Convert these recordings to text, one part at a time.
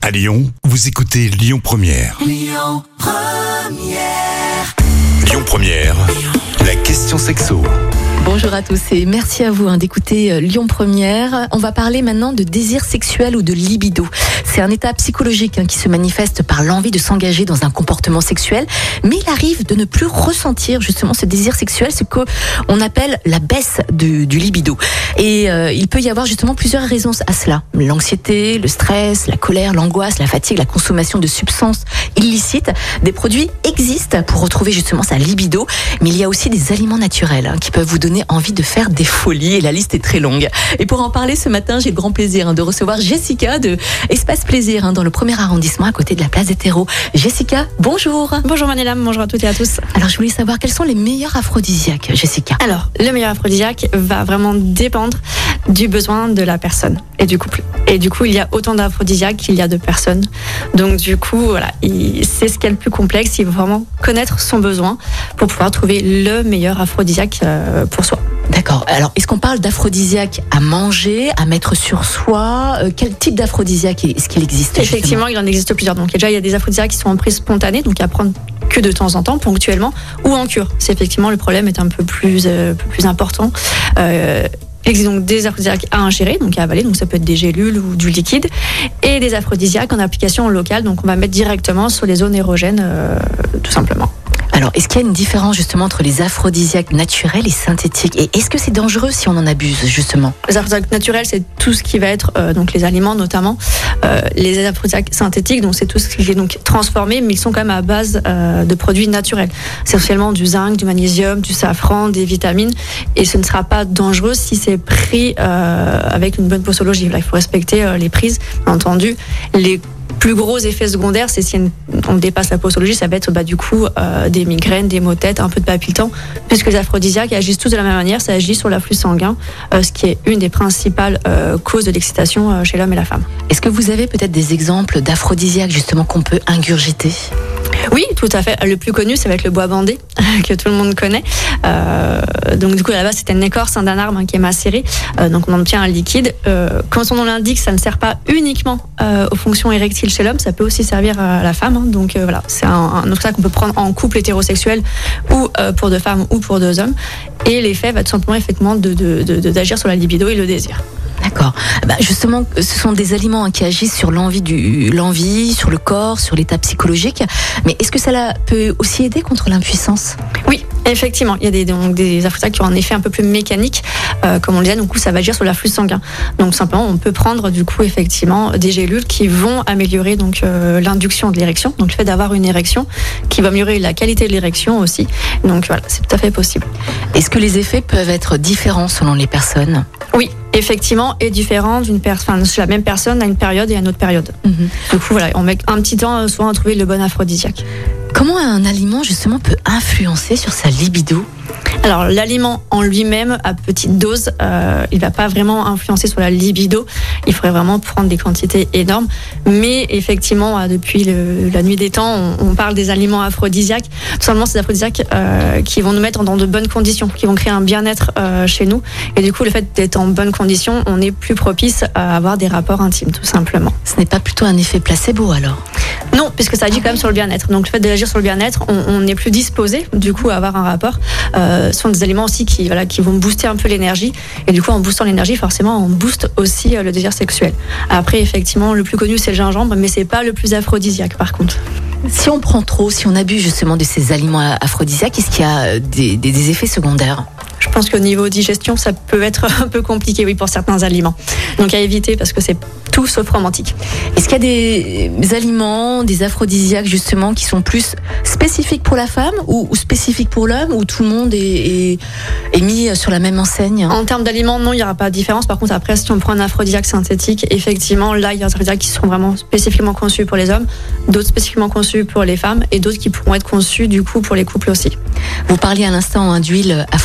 À Lyon, vous écoutez Lyon Première. Lyon Première. Lyon Première, la question sexo. Bonjour à tous et merci à vous d'écouter Lyon Première. On va parler maintenant de désir sexuel ou de libido. C'est un état psychologique qui se manifeste par l'envie de s'engager dans un comportement sexuel, mais il arrive de ne plus ressentir justement ce désir sexuel, ce qu'on appelle la baisse du libido. Et il peut y avoir justement plusieurs raisons à cela. L'anxiété, le stress, la colère, l'angoisse, la fatigue, la consommation de substances illicites. Des produits existent pour retrouver justement sa libido, mais il y a aussi des aliments naturels qui peuvent vous donner envie de faire des folies et la liste est très longue. Et pour en parler ce matin, j'ai le grand plaisir de recevoir Jessica de Espace Plaisir dans le 1er arrondissement à côté de la place des Terreaux. Jessica, bonjour. Bonjour Manélam, bonjour à toutes et à tous. Alors je voulais savoir quels sont les meilleurs aphrodisiaques, Jessica. Alors le meilleur aphrodisiaque va vraiment dépendre du besoin de la personne et du couple. Et du coup il y a autant d'aphrodisiaques qu'il y a de personnes. Donc du coup voilà, c'est ce qui est le plus complexe. Il faut vraiment connaître son besoin pour pouvoir trouver le meilleur aphrodisiaque pour soi. D'accord. Alors, est-ce qu'on parle d'aphrodisiaque à manger, à mettre sur soi? Quel type d'aphrodisiaque est-ce qu'il existe? Effectivement, il en existe plusieurs. Donc déjà, il y a des aphrodisiaques qui sont en prise spontanée, donc à prendre que de temps en temps, ponctuellement, ou en cure. C'est effectivement le problème est un peu plus important. Il existe donc des aphrodisiaques à ingérer, donc à avaler, donc ça peut être des gélules ou du liquide, et des aphrodisiaques en application locale, donc on va mettre directement sur les zones érogènes, tout simplement. Alors, est-ce qu'il y a une différence justement entre les aphrodisiaques naturels et synthétiques? Et est-ce que c'est dangereux si on en abuse justement? Les aphrodisiaques naturels, c'est tout ce qui va être donc les aliments notamment. Les aphrodisiaques synthétiques, donc c'est tout ce qui est donc transformé, mais ils sont quand même à base de produits naturels. C'est essentiellement du zinc, du magnésium, du safran, des vitamines, et ce ne sera pas dangereux si c'est pris avec une bonne posologie. Là, il faut respecter les prises, bien entendu. Les plus gros effets secondaires, c'est si on dépasse la posologie, ça va être du coup des migraines, des maux de tête, un peu de palpitants, puisque les aphrodisiaques agissent tous de la même manière, ça agit sur l'afflux sanguin, ce qui est une des principales causes de l'excitation chez l'homme et la femme. Est-ce que vous avez peut-être des exemples d'aphrodisiaques justement qu'on peut ingurgiter? Oui, tout à fait. Le plus connu, ça va être le bois bandé, que tout le monde connaît. Donc du coup, à la base, c'était une écorce d'un arbre qui est macéré. Donc on en obtient un liquide. Comme son nom l'indique, ça ne sert pas uniquement aux fonctions érectiles chez l'homme, ça peut aussi servir à la femme. Donc voilà, c'est un autre ça qu'on peut prendre en couple hétérosexuel ou pour deux femmes ou pour deux hommes. Et l'effet va tout simplement effectivement d'agir sur la libido et le désir. D'accord. Justement, ce sont des aliments qui agissent sur l'envie, sur le corps, sur l'état psychologique. Mais est-ce que ça peut aussi aider contre l'impuissance? Oui, effectivement. Il y a des aphrodisiaques qui ont un effet un peu plus mécanique, comme on le disait. Donc, ça va agir sur l'afflux sanguin. Donc, simplement, on peut prendre du coup effectivement des gélules qui vont améliorer donc l'induction de l'érection. Donc, le fait d'avoir une érection qui va améliorer la qualité de l'érection aussi. Donc, voilà, c'est tout à fait possible. Est-ce que les effets peuvent être différents selon les personnes? Oui, effectivement, est différent chez la même personne à une période et à une autre période. Du coup, voilà, on met un petit temps souvent à trouver le bon aphrodisiaque. Comment un aliment justement peut influencer sur sa libido? Alors l'aliment en lui-même à petite dose, il va pas vraiment influencer sur la libido. Il faudrait vraiment prendre des quantités énormes. Mais effectivement, depuis la nuit des temps, on parle des aliments aphrodisiaques. Tout simplement, ces aphrodisiaques qui vont nous mettre dans de bonnes conditions, qui vont créer un bien-être chez nous. Et du coup, le fait d'être en bonnes conditions, on est plus propice à avoir des rapports intimes, tout simplement. Ce n'est pas plutôt un effet placebo alors? Non, puisque ça agit quand même sur le bien-être. Donc le fait d'agir sur le bien-être, on est plus disposé du coup à avoir un rapport. Ce sont des aliments aussi qui vont booster un peu l'énergie. Et du coup, en boostant l'énergie, forcément, on booste aussi le désir sexuel. Après, effectivement, le plus connu, c'est le gingembre, mais c'est pas le plus aphrodisiaque par contre. Si on prend trop, si on abuse justement de ces aliments aphrodisiaques, est-ce qu'il y a des effets secondaires? Je pense qu'au niveau digestion, ça peut être un peu compliqué, oui, pour certains aliments. Donc à éviter parce que c'est tout sauf romantique. Est-ce qu'il y a des aliments, des aphrodisiaques justement qui sont plus spécifiques pour la femme ou spécifiques pour l'homme, ou tout le monde est mis sur la même enseigne? En termes d'aliments, non, il n'y aura pas de différence. Par contre, après, si on prend un aphrodisiaque synthétique, effectivement, là, il y a des aphrodisiaques qui seront vraiment spécifiquement conçus pour les hommes, d'autres spécifiquement conçus pour les femmes et d'autres qui pourront être conçus du coup pour les couples aussi. Vous parliez à l'instant d'huile aphrodisiaque.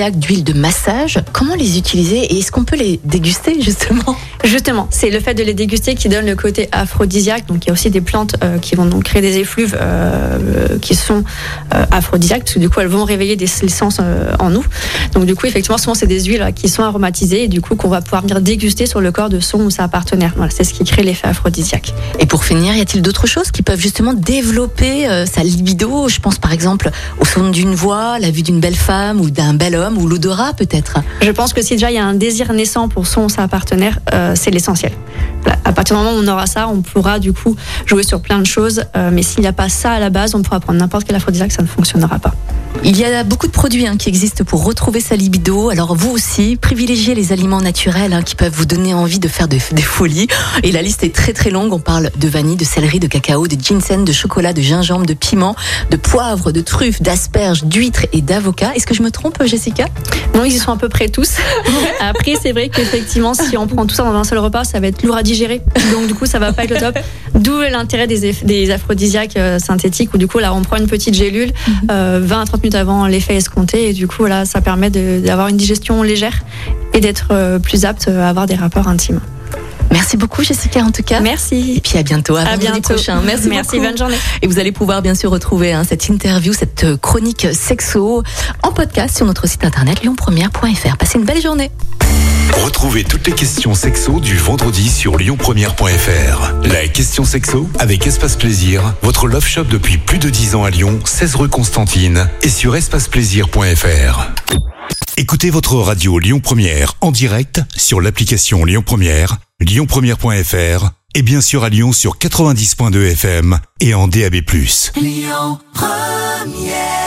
aphrodisiaques, d'huile de massage. Comment les utiliser et est-ce qu'on peut les déguster justement ? Justement, c'est le fait de les déguster qui donne le côté aphrodisiaque. Donc il y a aussi des plantes qui vont donc créer des effluves qui sont aphrodisiaques, parce que du coup elles vont réveiller des essences en nous. Donc du coup effectivement souvent c'est des huiles qui sont aromatisées et du coup qu'on va pouvoir venir déguster sur le corps de son ou sa partenaire. Voilà, c'est ce qui crée l'effet aphrodisiaque. Et pour finir, y a-t-il d'autres choses qui peuvent justement développer sa libido ? Je pense par exemple au son d'une voix, la vue d'une belle femme ou d'un bel homme ou l'odorat peut-être. Je pense que si déjà il y a un désir naissant pour son ou sa partenaire, c'est l'essentiel. Voilà, à partir du moment où on aura ça, on pourra du coup jouer sur plein de choses, mais s'il n'y a pas ça à la base, on pourra prendre n'importe quel aphrodisiaque, ça ne fonctionnera pas. Il y a beaucoup de produits qui existent pour retrouver sa libido. Alors vous aussi, privilégiez les aliments naturels qui peuvent vous donner envie de faire des folies. Et la liste est très très longue. On parle de vanille, de céleri, de cacao, de ginseng, de chocolat, de gingembre, de piment, de poivre, de truffes, d'asperges, d'huîtres et d'avocats. Est-ce que je me trompe, Jessica ? Non, ils y sont à peu près tous. Après, c'est vrai qu'effectivement, si on prend tout ça dans un seul repas, ça va être lourd à digérer. Donc du coup, ça va pas être le top. D'où l'intérêt des aphrodisiaques synthétiques où du coup, là, on prend une petite gélule 20 à 30 minutes avant l'effet escompté et du coup, là, ça permet d'avoir une digestion légère et d'être plus apte à avoir des rapports intimes. Merci beaucoup Jessica en tout cas. Merci. Et puis à bientôt, à vendredi prochain. Merci beaucoup. Bonne journée. Et vous allez pouvoir bien sûr retrouver cette interview, cette chronique sexo en podcast sur notre site internet lyonpremière.fr. Passez une belle journée. Retrouvez toutes les questions sexo du vendredi sur lyonpremière.fr. La question sexo avec Espace Plaisir, votre love shop depuis plus de 10 ans à Lyon, 16 rue Constantine et sur espaceplaisir.fr. Écoutez votre radio Lyon Première en direct sur l'application Lyon Première, lyonpremière.fr et bien sûr à Lyon sur 90.2 FM et en DAB+. Lyon Première.